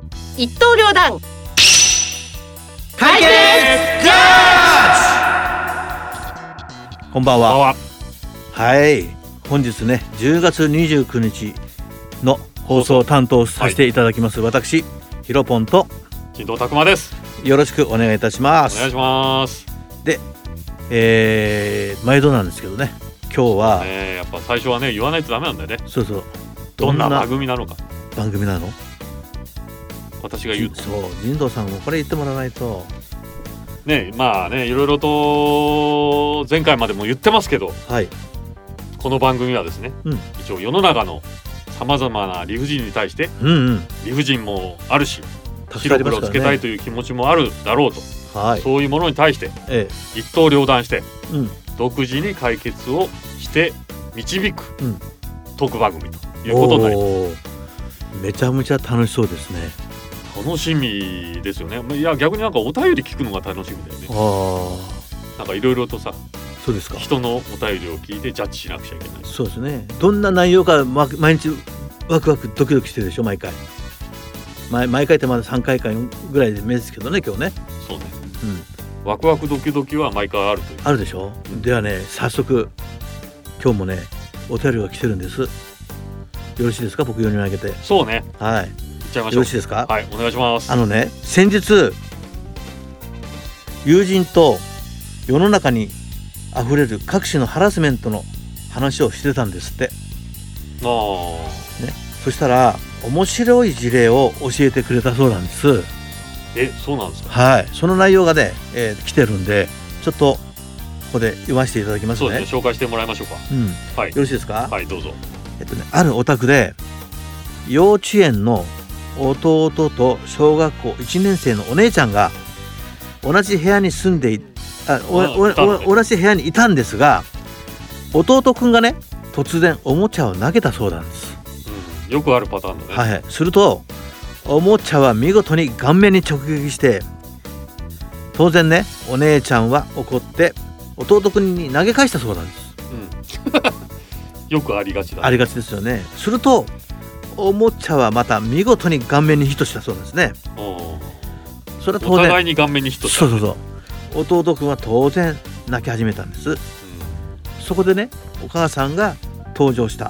一刀両断解決ジャッジ。こんばんは。はい、本日ね10月29日の放送を担当させていただきます、私ヒロポンと金藤拓馬です。 よろしくお願いいたします。 お願いします。 で、毎度なんですけどね、今日は、 やっぱ最初はね言わないとダメなんだよね。 そうそう、 どんな番組なのか。 番組なの？ 私が言う。 そう、神藤さんもこれ言ってもらわないとね。まあね、いろいろと前回までも言ってますけど、 はい、 この番組はですね、一応世の中のさまざまな理不尽に対して、理不尽もあるし、白黒つけたいという気持ちもあるだろうと、そういうものに対して、一刀両断して、独自に解決をして導く、トーク番組ということになります。 めちゃめちゃ楽しそうですね。 楽しみですよね。いや逆になんかお便り聞くのが楽しみだよね。なんかいろいろとさ、 そうですか、 人のお便りを聞いてジャッジしなくちゃいけない。 そうですね。どんな内容か毎日ワクワクドキドキしてるでしょ、毎回。毎回ってまだ3回か4ぐらいで目ですけどね、今日ね。 そうね、ワクワクドキドキは毎回あるという。 あるでしょ。ではね、早速今日もねお便りが来てるんです。よろしいですか、僕読み上げて。 そうね、 はい、 いっちゃいましょう。 よろしいですか。 はい、お願いします。 先日友人と世の中にあふれる各種のハラスメントの話をしてたんですって。そしたら面白い事例を教えてくれたそうなんです。 そうなんですか。 はい、その内容がね、来てるんで、ちょっとここで読ませていただきますね。 そうですね、紹介してもらいましょうか。はい、 よろしいですか。 はい、どうぞ。 あるお宅で幼稚園の弟と小学校1年生のお姉ちゃんが同じ部屋に住んで同じ部屋にいたんですが、弟くんがね突然おもちゃを投げたそうなんです。 よくあるパターンだね。 するとおもちゃは見事に顔面に直撃して、当然ねお姉ちゃんは怒って弟くんに投げ返したそうなんです。 よくありがちだね。 ありがちですよね。するとおもちゃはまた見事に顔面にヒットしたそうですね。それは当然お互いに顔面にヒットした、 そう弟くんは当然泣き始めたんです。そこでねお母さんが登場した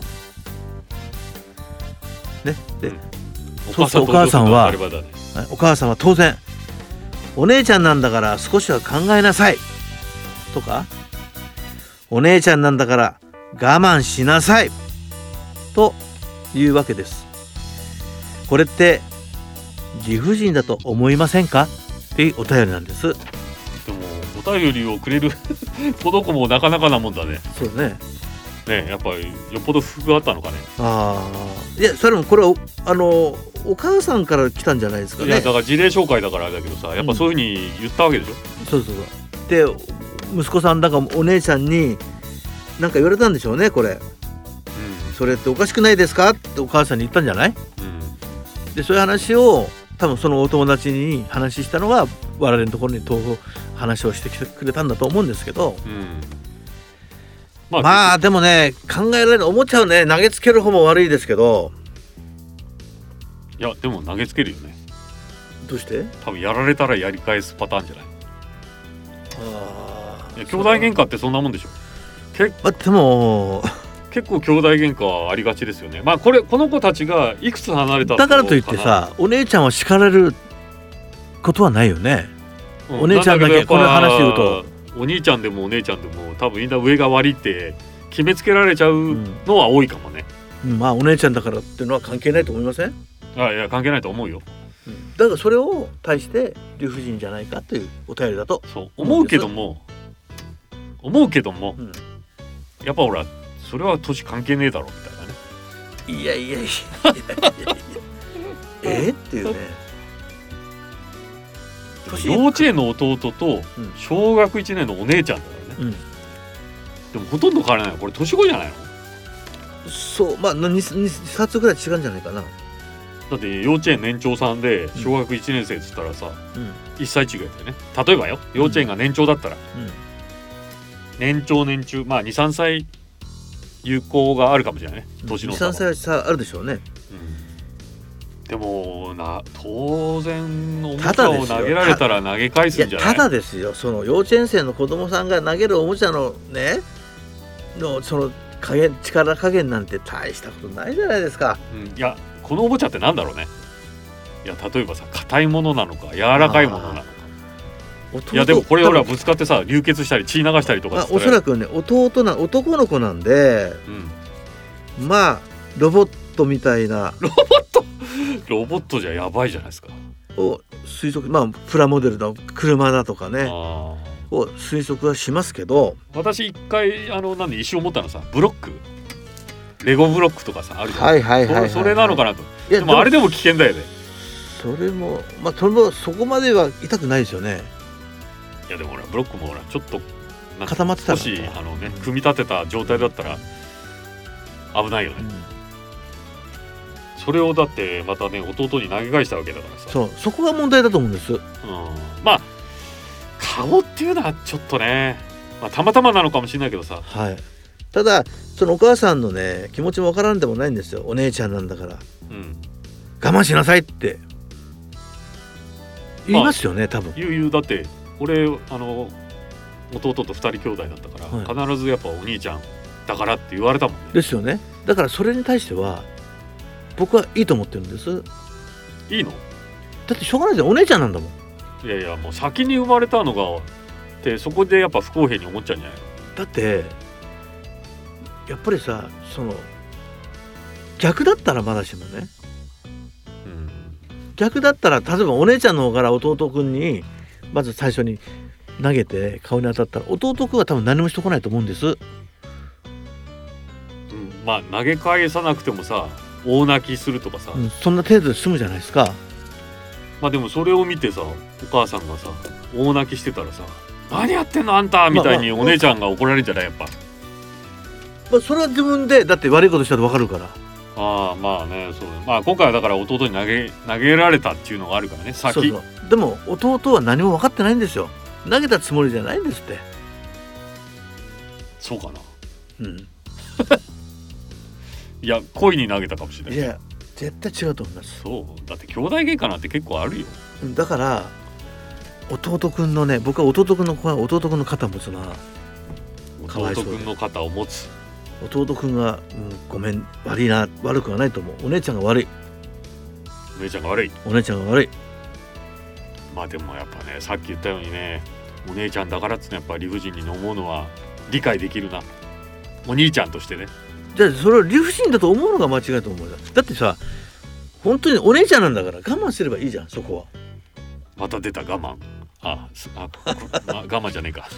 ね。で、お母さんは当然お姉ちゃんなんだから少しは考えなさいとか、お姉ちゃんなんだから我慢しなさいというわけです。これって理不尽だと思いませんかっていうお便りなんです。 でもお便りをくれるこの子もなかなかなもんだね。 そうね。 やっぱりよっぽど不服があったのかね。 いや、それもこれお母さんから来たんじゃないですかね。 いやだから事例紹介だからあれだけどさ、やっぱそういうふうに言ったわけでしょ。 そうで息子さんだかお姉ちゃんに何か言われたんでしょうね、これ。それっておかしくないですかってお母さんに言ったんじゃない。でそういう話を多分そのお友達に話したのが我々のところに話をしてきてくれたんだと思うんですけど、まあでもね、考えられるおもちゃをね投げつける方も悪いですけど。 いやでも投げつけるよね。 どうして？ 多分やられたらやり返すパターンじゃない。兄弟喧嘩ってそんなもんでしょ。 でも結構兄弟喧嘩はありがちですよね。この子たちがいくつ離れただからといってさ、お姉ちゃんは叱られることはないよね。お姉ちゃんだけこの話言うと、 お兄ちゃんでもお姉ちゃんでも多分みんな上が悪いって決めつけられちゃうのは多いかもね。 まあお姉ちゃんだからっていうのは関係ないと思いません？ いや関係ないと思うよ。 だからそれを対して理不尽じゃないかというお便りだと思うけども、やっぱほらそれは年関係ねえだろみたいなね。 いやっていうね。 幼稚園の弟と小学1年のお姉ちゃんだからね。でもほとんど変わらない。これ年子じゃないの？ そう、2冊ぐらい違うんじゃないかな。 だって幼稚園年長さんで小学1年生っつったらさ、1歳違いだよね。例えばよ、幼稚園が年長だったら、年中2,3 歳有効があるかもしれないね。年の差は 2,3 歳は差あるでしょうね。 でも当然おもちゃを投げられたら投げ返すんじゃない？ ただですよ、その幼稚園生の子供さんが投げるおもちゃのねのその力加減なんて大したことないじゃないですか。 いやこのおもちゃってなんだろうね。いや例えばさ、硬いものなのか柔らかいものなのか。いやでもこれほらぶつかってさ流血したり血流したりとか。 おそらくね男の子なんで、まあロボットみたいな。 ロボットじゃやばいじゃないですか。 推測、まあプラモデルの車だとかねを推測はしますけど、 私一回なんで一瞬思ったのさ、ブロックレゴブロックとかさあるじゃないですか。それなのかなと。でもあれでも危険だよね。 それもまあそこまでは痛くないですよね。 いやでもほらブロックもほらちょっと固まってたら少し組み立てた状態だったら危ないよね。それをだってまたね弟に投げ返したわけだからさ。 そこが問題だと思うんです。 まあ顔っていうのはちょっとね、まあ、たまたまなのかもしれないけどさ。 ただそのお母さんのね気持ちもわからんでもないんですよ。お姉ちゃんなんだから、我慢しなさいって言いますよね、多分。 言うだって俺弟と2人兄弟だったから、必ずやっぱお兄ちゃんだからって言われたもんね。 ですよね。だからそれに対しては僕はいいと思ってるんです。 いいの？ だってしょうがないじゃん、お姉ちゃんなんだもん。 いやいやもう先に生まれたのがってそこでやっぱ不公平に思っちゃうんじゃないの？ だってやっぱりさその逆だったらまだしもね、逆だったら例えばお姉ちゃんの方から弟くんにまず最初に投げて顔に当たったら弟くんは多分何もしてこないと思うんです。 まあ投げ返さなくてもさ大泣きするとかさ、 そんな程度で済むじゃないですか。 まあでもそれを見てさお母さんがさ大泣きしてたらさ何やってんのあんたみたいにお姉ちゃんが怒られるんじゃないやっぱ。 それは自分でだって悪いことしたら分かるから。 まあねそう。まあ今回はだから弟に投げられたっていうのがあるからね先。 でも弟は何も分かってないんですよ。投げたつもりじゃないんですって。 そうかな。いや恋に投げたかもしれない。 いや絶対違うと思います。 そうだって兄弟喧嘩なんて結構あるよ。 だから弟くんのね、僕は弟くんの子は弟くんの肩持つな。 弟くんの肩を持つ。 弟くんが、ごめん悪いな、悪くはないと思う。お姉ちゃんが悪い。 お姉ちゃんが悪い。 お姉ちゃんが悪い。 まあでもやっぱねさっき言ったようにねお姉ちゃんだからってやっぱ理不尽に思うのは理解できるな。お兄ちゃんとしてね。 じゃあそれを理不尽だと思うのが間違いと思うよ。だってさ本当にお姉ちゃんなんだから我慢すればいいじゃん。そこはまた出た我慢。我慢じゃねえか。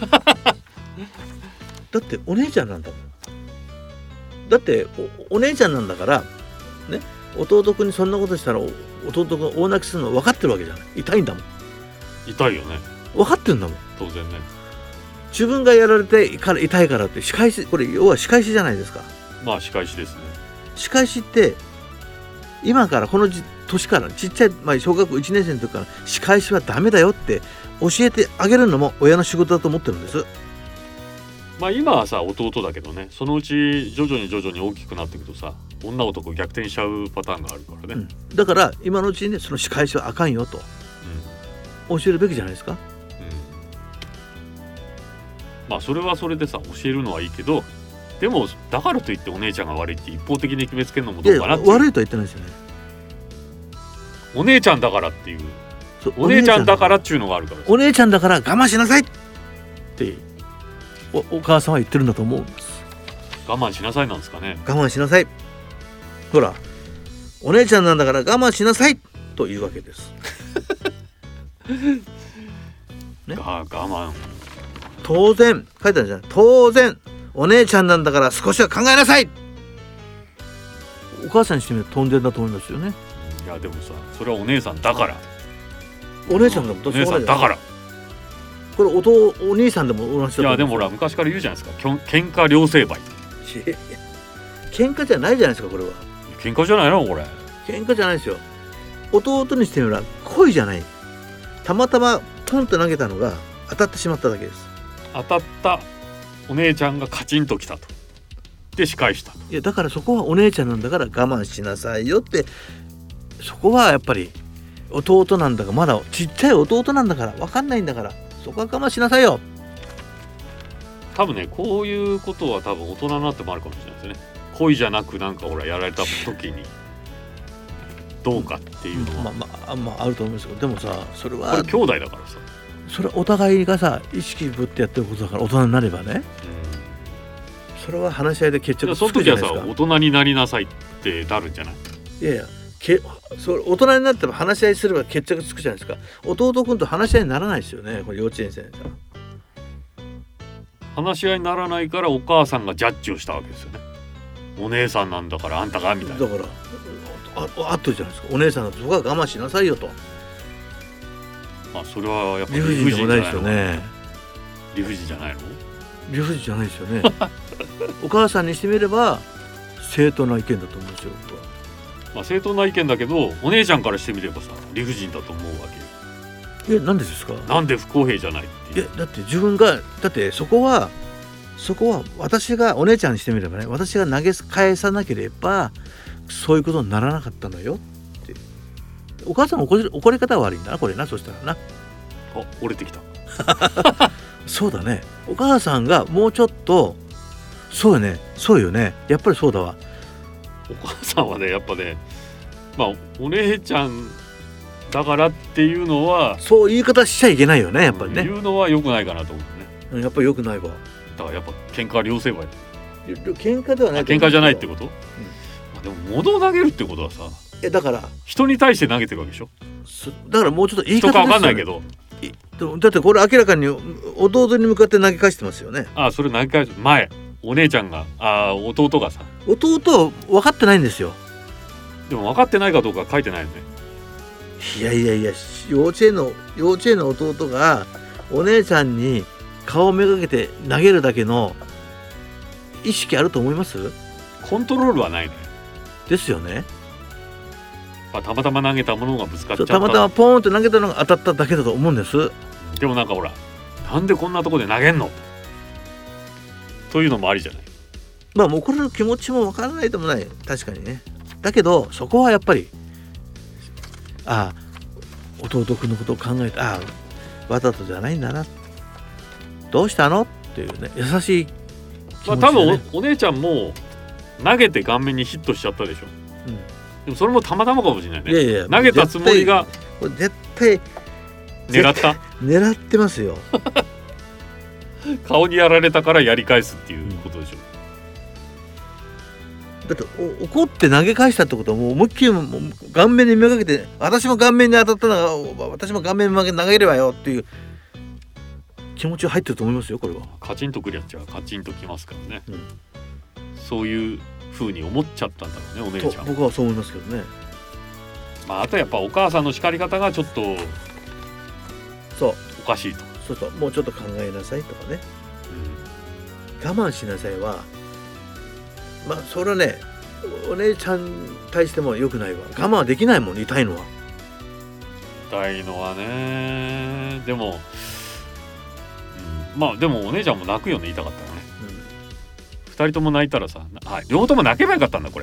だってお姉ちゃんなんだもん。だってお姉ちゃんなんだからね、弟くんにそんなことしたら弟くんが大泣きするの分かってるわけじゃない。痛いんだもん。 痛いよね。 分かってるんだもん。 当然ね。 自分がやられてから痛いからって仕返し、これ要は仕返しじゃないですか。 まあ仕返しですね。 仕返しって今からこの年からちっちゃい、小学校1年生の時から仕返しはダメだよって教えてあげるのも親の仕事だと思ってるんです。 今はさ弟だけどね、そのうち徐々に大きくなっていくとさ女男逆転しちゃうパターンがあるからね、 だから今のうちにねその仕返しはあかんよと、教えるべきじゃないですか。 それはそれでさ教えるのはいいけど、でもだからといってお姉ちゃんが悪いって一方的に決めつけるのもどうかなって。 悪いとは言ってないですよね。 お姉ちゃんだからっていう、お姉ちゃんだからっていうのがあるから、 お姉ちゃんだから我慢しなさいってお母さんは言ってるんだと思うんです。 我慢しなさいなんですかね。 我慢しなさい。ほらお姉ちゃんなんだから我慢しなさいというわけです。 ね、我慢当然書いてあるじゃん。当然お姉ちゃんなんだから少しは考えなさい。お母さんにしてみると飛んでんだと思いますよね。 いやでもさそれはお姉さんだから。 お姉ちゃんだもん。 お姉さんだから。 これお兄さんでも同じだと思うんですよ。 いやでもほら昔から言うじゃないですか。喧嘩両成敗。 喧嘩じゃないじゃないですかこれは。 喧嘩じゃないのこれ。 喧嘩じゃないですよ。弟にしてみれば恋じゃない。たまたまポンと投げたのが当たってしまっただけです。 当たったお姉ちゃんがカチンときたと。で仕返したと。 いやだからそこはお姉ちゃんなんだから我慢しなさいよってそこはやっぱり弟なんだから、まだちっちゃい弟なんだから分かんないんだから、そこは我慢しなさいよ。 多分ね、こういうことは多分大人になってもあるかもしれないですね。恋じゃなくなんかほらやられた時にどうかっていうのは、 あると思うんですけど、でもさ、それはこれ兄弟だからさ、 それはお互いがさ意識ぶってやってることだから、大人になればね、それは話し合いで決着つくじゃないですか。 その時はさ、大人になりなさいってなるんじゃない？ いやいや、それ大人になっても話し合いすれば決着つくじゃないですか。弟君と話し合いにならないですよね、これ幼稚園生じゃ。 話し合いにならないからお母さんがジャッジをしたわけですよね。お姉さんなんだからあんたがみたいな。だからあっとるじゃないですか。お姉さんがそこは我慢しなさいよと。 まあそれはやっぱり理不尽じゃないですよね。 理不尽じゃないの？ 理不尽じゃないですよね。お母さんにしてみれば正当な意見だと思うんですよ。 まあ正当な意見だけど、お姉ちゃんからしてみればさ理不尽だと思うわけ。 なんでですか？ なんで不公平じゃないっていう。 だって自分が、だってそこは私が、お姉ちゃんにしてみればね、私が投げ返さなければそういうことにならなかったのよって。お母さんの怒り方は悪いんだな、これな。そしたらな、 折れてきた。 そうだね、お母さんがもうちょっと、そうよね、やっぱりそうだわ。 お母さんはね、やっぱね、まあお姉ちゃんだからっていうのは、 そう言い方しちゃいけないよね、やっぱりね。 言うのは良くないかなと思うね。 やっぱり良くないわ。 だからやっぱ喧嘩は両成敗。 喧嘩ではない。 喧嘩じゃないってこと？でも物を投げるってことはさ、 だから人に対して投げてるわけでしょ。 だからもうちょっと言い方ですよね。人か分かんないけど、だってこれ明らかに弟に向かって投げ返してますよね。 それ投げ返す前、お姉ちゃんが弟がさ、 弟は分かってないんですよ。 でも分かってないかどうか書いてないよね。 いや幼稚園の弟がお姉ちゃんに顔をめがけて投げるだけの意識あると思います？ コントロールはないね。 ですよね。 たまたま投げたものがぶつかっちゃった。 たまたまポーンと投げたのが当たっただけだと思うんです。 でもなんかほら、なんでこんなとこで投げんのというのもありじゃない。 もうこれの気持ちもわからないでもない、確かにね。だけどそこはやっぱり弟君のことを考えて、わざとじゃないんだな、どうしたのっていうね、優しい気持ちでね。 多分 お姉ちゃんも投げて顔面にヒットしちゃったでしょ。でもそれもたまたまかもしれないね。 いや投げたつもりが絶対狙ってますよ。 顔にやられたからやり返すっていうことでしょ。 だって怒って投げ返したってことは、もう思いっきり顔面にめがけて、私も顔面に当たったのが私も顔面に投げればよっていう気持ちが入ってると思いますよ。これはカチンとくるやつはカチンときますからね。そういう風に思っちゃったんだろうね、お姉ちゃん。 僕はそう思いますけどね。 あとやっぱお母さんの叱り方がちょっとおかしいと。 そうもうちょっと考えなさいとかね、我慢しなさいは、それはね、お姉ちゃんに対しても良くないわ。我慢はできないもん、痛いのはね。でも、でもお姉ちゃんも泣くよね、痛かったらね。2人とも泣いたらさ、両方とも泣けばよかったんだこれ。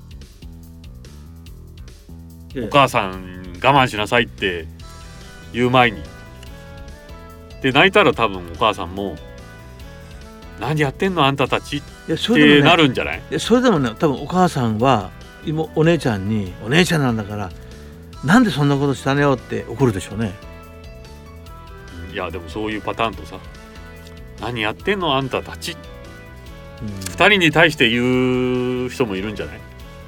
お母さん我慢しなさいって言う前にで泣いたら、多分お母さんも何やってんのあんたたちってなるんじゃない？ それでもね、多分お母さんはお姉ちゃんに、お姉ちゃんなんだからなんでそんなことしたのよって怒るでしょうね。 いやでもそういうパターンとさ、何やってんのあんたたち、2人に対して言う人もいるんじゃない？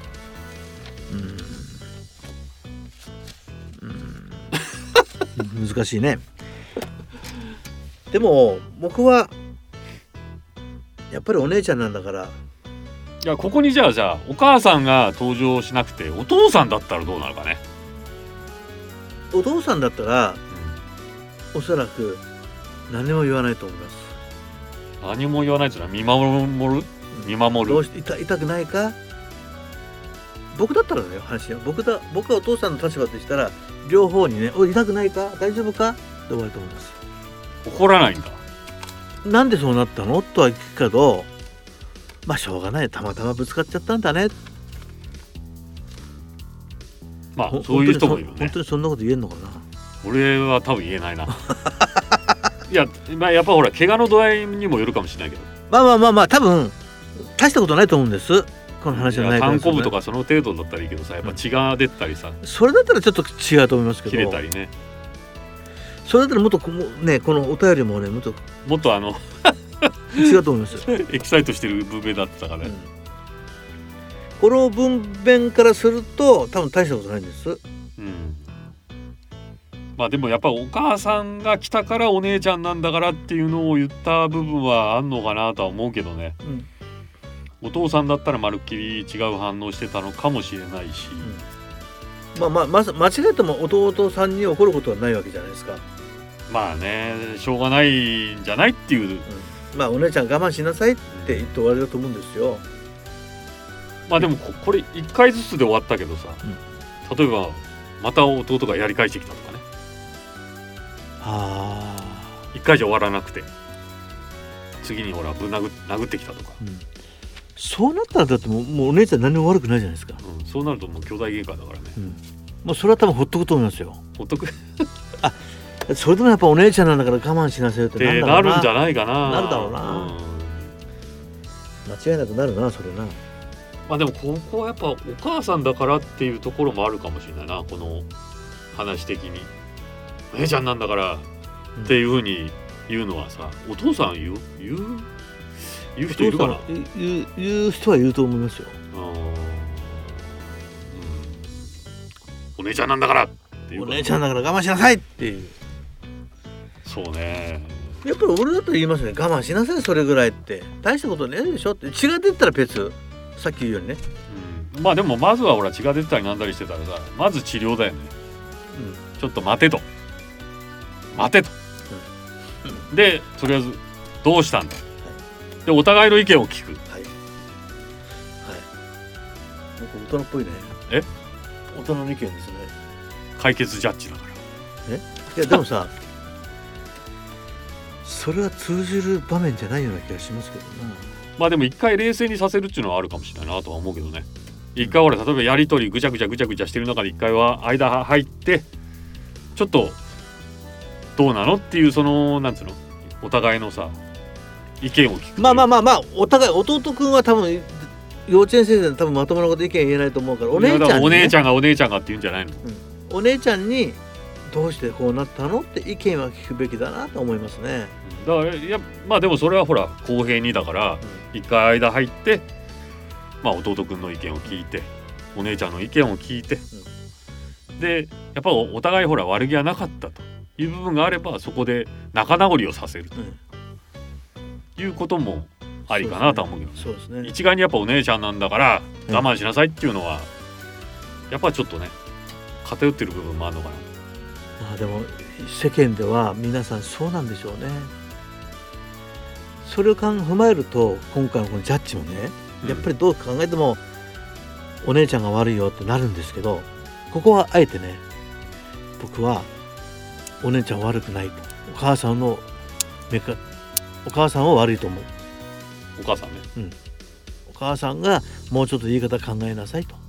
難しいね。でも僕はやっぱりお姉ちゃんなんだから。 いや、ここにじゃあお母さんが登場しなくてお父さんだったらどうなるかね。 お父さんだったら、おそらく何も言わないと思います。 何も言わないというのは見守る。 どうして痛くないか。僕だったらね、話は僕がお父さんの立場としたら、両方にね、痛くないか、大丈夫かって終わると思います。 怒らないんだ。 なんでそうなったのとは聞くけど、しょうがない、たまたまぶつかっちゃったんだね。 まあそういう人もいるね。 本当にそんなこと言えんのかな。 俺は多分言えないな。いや、まあ、やっぱほら怪我の度合いにもよるかもしれないけど、 まあ多分大したことないと思うんです、この話じゃないから、 単行部とかその程度だったらいいけどさ、やっぱ血が出たりさ、 それだったらちょっと違うと思いますけど、 切れたりね、 それだったらもっとね、このお便りもね、もっと違うと思います。 エキサイトしてる文面だったからね、 この文面からすると多分大したことないんです。 まあでもやっぱお母さんが来たからお姉ちゃんなんだからっていうのを言った部分はあんのかなとは思うけどね、お父さんだったらまるっきり違う反応してたのかもしれないし、 間違えても弟さんに怒ることはないわけじゃないですか。 まあね、しょうがないんじゃないっていう、 まあお姉ちゃん我慢しなさいって言って終わりだと思うんですよ。 まあでもこれ1回ずつで終わったけどさ、例えばまた弟がやり返してきたとかね、1回じゃ終わらなくて次にほら殴ってきたとか、 そうなったらだってもうお姉ちゃん何も悪くないじゃないですか、 そうなるともう兄弟喧嘩だからね、 もうそれは多分ほっとくと思いますよ。 ほっとくそれでもやっぱお姉ちゃんなんだから我慢しなさいってなるんじゃないかな。 なるだろうな、間違いなくなるな、それな。 まあでもここはやっぱお母さんだからっていうところもあるかもしれないな、この話的に。お姉ちゃんなんだからっていうふうに言うのはさ、お父さん言う人いるかな。 言う人はいると思いますよ。 お姉ちゃんなんだからっていう、 お姉ちゃんだから我慢しなさいっていう。 そうね、 やっぱり俺だと言いますね、我慢しなさいそれぐらいって、大したことねえでしょって。血が出たら別、さっき言うようにね、 まあでもまずはほら血が出たりなんだりしてたらさ、まず治療だよね、ちょっと待てと、でとりあえずどうしたんだ、でお互いの意見を聞く。 大人っぽいね。大人の意見ですね。 解決ジャッジだから。 いやでもさそれは通じる場面じゃないような気がしますけどな。 まあでも一回冷静にさせるっていうのはあるかもしれないなとは思うけどね。一回ほら例えばやり取りぐちゃぐちゃしてる中で一回は間入ってちょっとどうなのっていう、そのなんつうの、お互いのさ意見を聞く。 まあお互い、弟くんは多分幼稚園生で多分まともなこと意見言えないと思うから、お姉ちゃんに、ね、 お姉ちゃんがって言うんじゃないの、 お姉ちゃんにどうしてこうなったのって意見は聞くべきだなと思いますね。 だからまあでもそれはほら公平にだから一回間入って、まあ弟くんの意見を聞いてお姉ちゃんの意見を聞いて、でやっぱお互いほら悪気はなかったという部分があればそこで仲直りをさせるということもありかなとは思うけどね。 そうですね。 一概にやっぱお姉ちゃんなんだから我慢しなさいっていうのはやっぱちょっとね偏ってる部分もあるのかな。 でも世間では皆さんそうなんでしょうね。それを踏まえると今回のこのジャッジもね、やっぱりどう考えてもお姉ちゃんが悪いよってなるんですけど、ここはあえてね、僕はお姉ちゃん悪くないと、お母さんを悪いと思う。 お母さんね、 お母さんがもうちょっと言い方考えなさいと。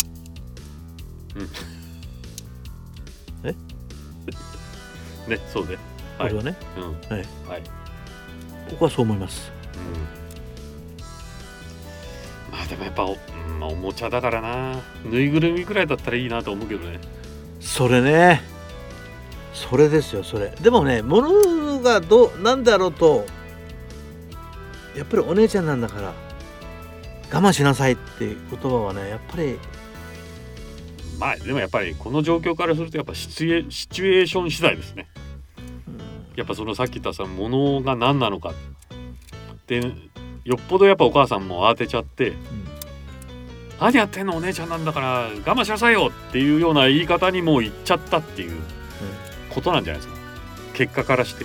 ね、そうね。 これはね、僕はそう思います。 まあでもやっぱおもちゃだからな、ぬいぐるみくらいだったらいいなと思うけどね。 それね、それですよ。それでもね、物がなんだろうとやっぱりお姉ちゃんなんだから我慢しなさいっていう言葉はね、やっぱりまあでもやっぱりこの状況からするとやっぱシチュエーション次第ですね。やっぱそのさっき言ったさ、物が何なのかでよっぽどやっぱお母さんも慌てちゃって、何やってんのお姉ちゃんなんだから我慢しなさいよっていうような言い方にもう言っちゃったっていうことなんじゃないですか、結果からして。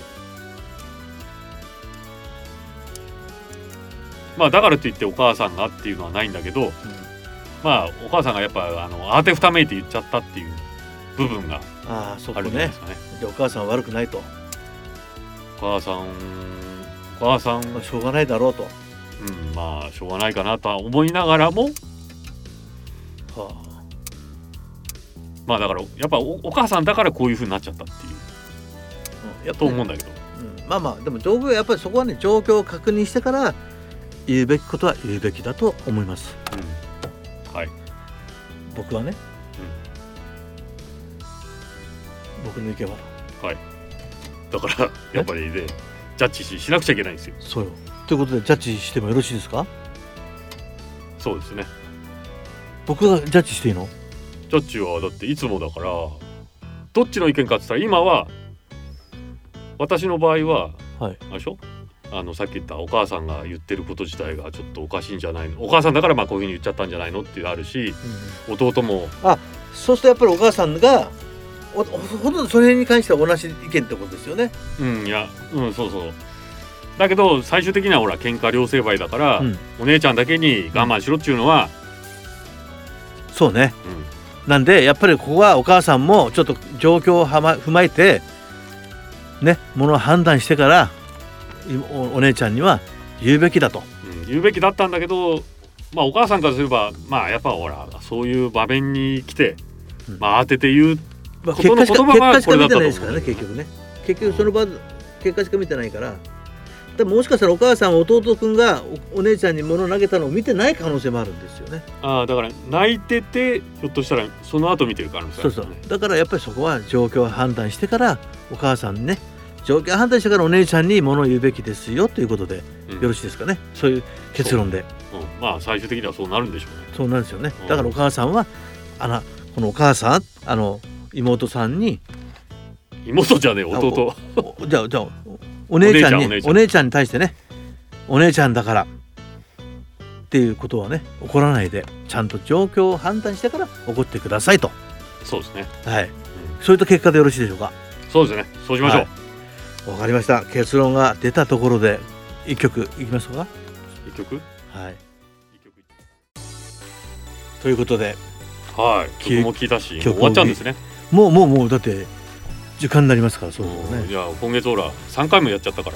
まあだからといってお母さんがっていうのはないんだけど、まあお母さんがやっぱ慌てふためいて言っちゃったっていう部分があるんじゃないですかね。 じゃあお母さんは悪くないと。 お母さんはしょうがないだろうと。 まあしょうがないかなとは思いながらも、 まあだからやっぱ お母さんだからこういう風になっちゃったっていう、と思うんだけど、 まあまあでも状況やっぱりそこはね状況を確認してから言うべきことは言うべきだと思います、 はい、 僕はね、僕の意見ははい、だからやっぱりねジャッジしなくちゃいけないんですよ。 そうよ。ということでジャッジしてもよろしいですか？ そうですね。 僕がジャッジしていいの？ ジャッジはだっていつもだからどっちの意見かって言ったら今は私の場合は、あれでしょ、さっき言ったお母さんが言ってること自体がちょっとおかしいんじゃないの、お母さんだからまあこういうふうに言っちゃったんじゃないのっていうのあるし、弟もそうするとやっぱりお母さんがほとんどそれに関しては同じ意見ってことですよね。 いや、そうそう。だけど最終的にはほら喧嘩両成敗だから、お姉ちゃんだけに我慢しろっていうのは、 そうね、なんでやっぱりここはお母さんもちょっと状況を踏まえてね、ものを判断してからお姉ちゃんには言うべきだと、 言うべきだったんだけど、まあお母さんからすればまあやっぱほらそういう場面に来て、当てて言うことの言葉がこれだったと思う。結果しか見てないですからね、結局ね。結局その場結果しか見てないから、でももしかしたらお母さん弟くんが お姉ちゃんに物を投げたのを見てない可能性もあるんですよね。 だから泣いててひょっとしたらその後見てる可能性ある、ね。 そうだからやっぱりそこは状況を判断してからお母さんにね、状況を判断してからお姉ちゃんに物を言うべきですよということで、よろしいですかね。そういう結論で、 まあ最終的にはそうなるんでしょうね。 そうなんですよね。だからお母さんはこのお母さん妹さんに、 妹じゃねえ弟じゃあお姉ちゃんに対してね、お姉ちゃんだからっていうことはね怒らないで、ちゃんと状況を判断してから怒ってくださいと。 そうですね。 はい、そういった結果でよろしいでしょうか？ そうですね。そうしましょう。 わかりました。結論が出たところで一曲いきますか？ 一曲？ はい。ということで、 曲も聴いたし、終わっちゃうんですね。 もうだって時間になりますから。そうですね。 いや今月ほら3回もやっちゃったから。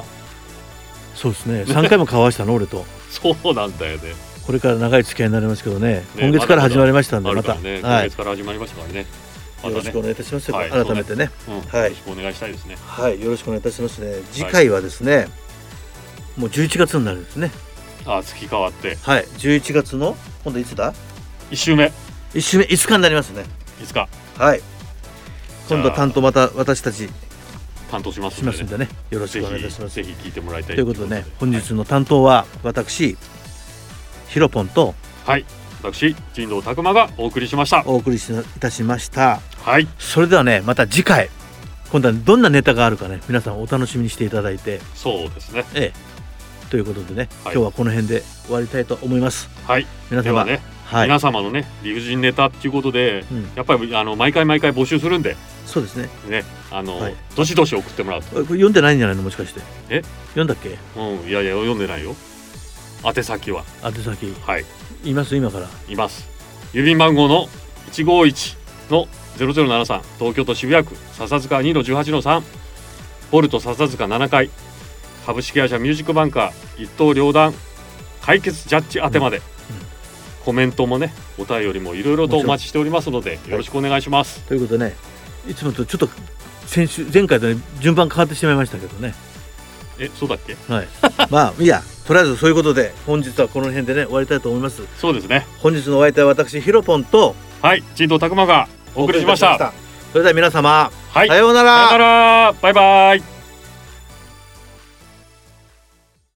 そうですね。3回も交わしたの俺と。 そうなんだよね。 これから長い付き合いになりますけどね。今月から始まりましたんで、また。 今月から始まりましたからね。 よろしくお願いいたします。改めてね。 よろしくお願いしたいですね。 はい、よろしくお願いいたしますね。次回はですね、もう11月になるんですね。 月変わって。 はい、11月の今度いつだ ？1週目 5日になりますね。 5日。 はい。今度担当また私たち担当しますんでね。よろしくお願いいたします。 ぜひ聞いてもらいたいということでね、本日の担当は私ヒロポンと、 私神藤拓磨がお送りしました。 お送りいたしました。 はい。 それではね、また次回今度はどんなネタがあるかね、皆さんお楽しみにしていただいて。 そうですね。 ということでね、今日はこの辺で終わりたいと思います。 はい。皆様ね、皆様のね理不尽ネタっていうことで、やっぱり毎回募集するんで。 そうですね。 どしどし送ってもらうと。 これ読んでないんじゃないの、もしかして。読んだっけ？ いや読んでないよ。宛先は。 宛先。 はい。 言います今から。 います。郵便番号の151の0073、東京都渋谷区笹塚 2-18-3、ボルト笹塚7階、株式会社ミュージックバンカー一刀両断解決ジャッジ宛てまで、コメントもねお便りもいろいろとお待ちしておりますのでよろしくお願いします。 ということでね、いつもとちょっと前回とね順番変わってしまいましたけどね。 そうだっけ？ はい。まあいいや、とりあえずそういうことで本日はこの辺でね終わりたいと思います。 そうですね。 本日のお相手は私ヒロポンと神藤拓磨がお送りしました。 それでは皆様、 さようなら。 バイバイ。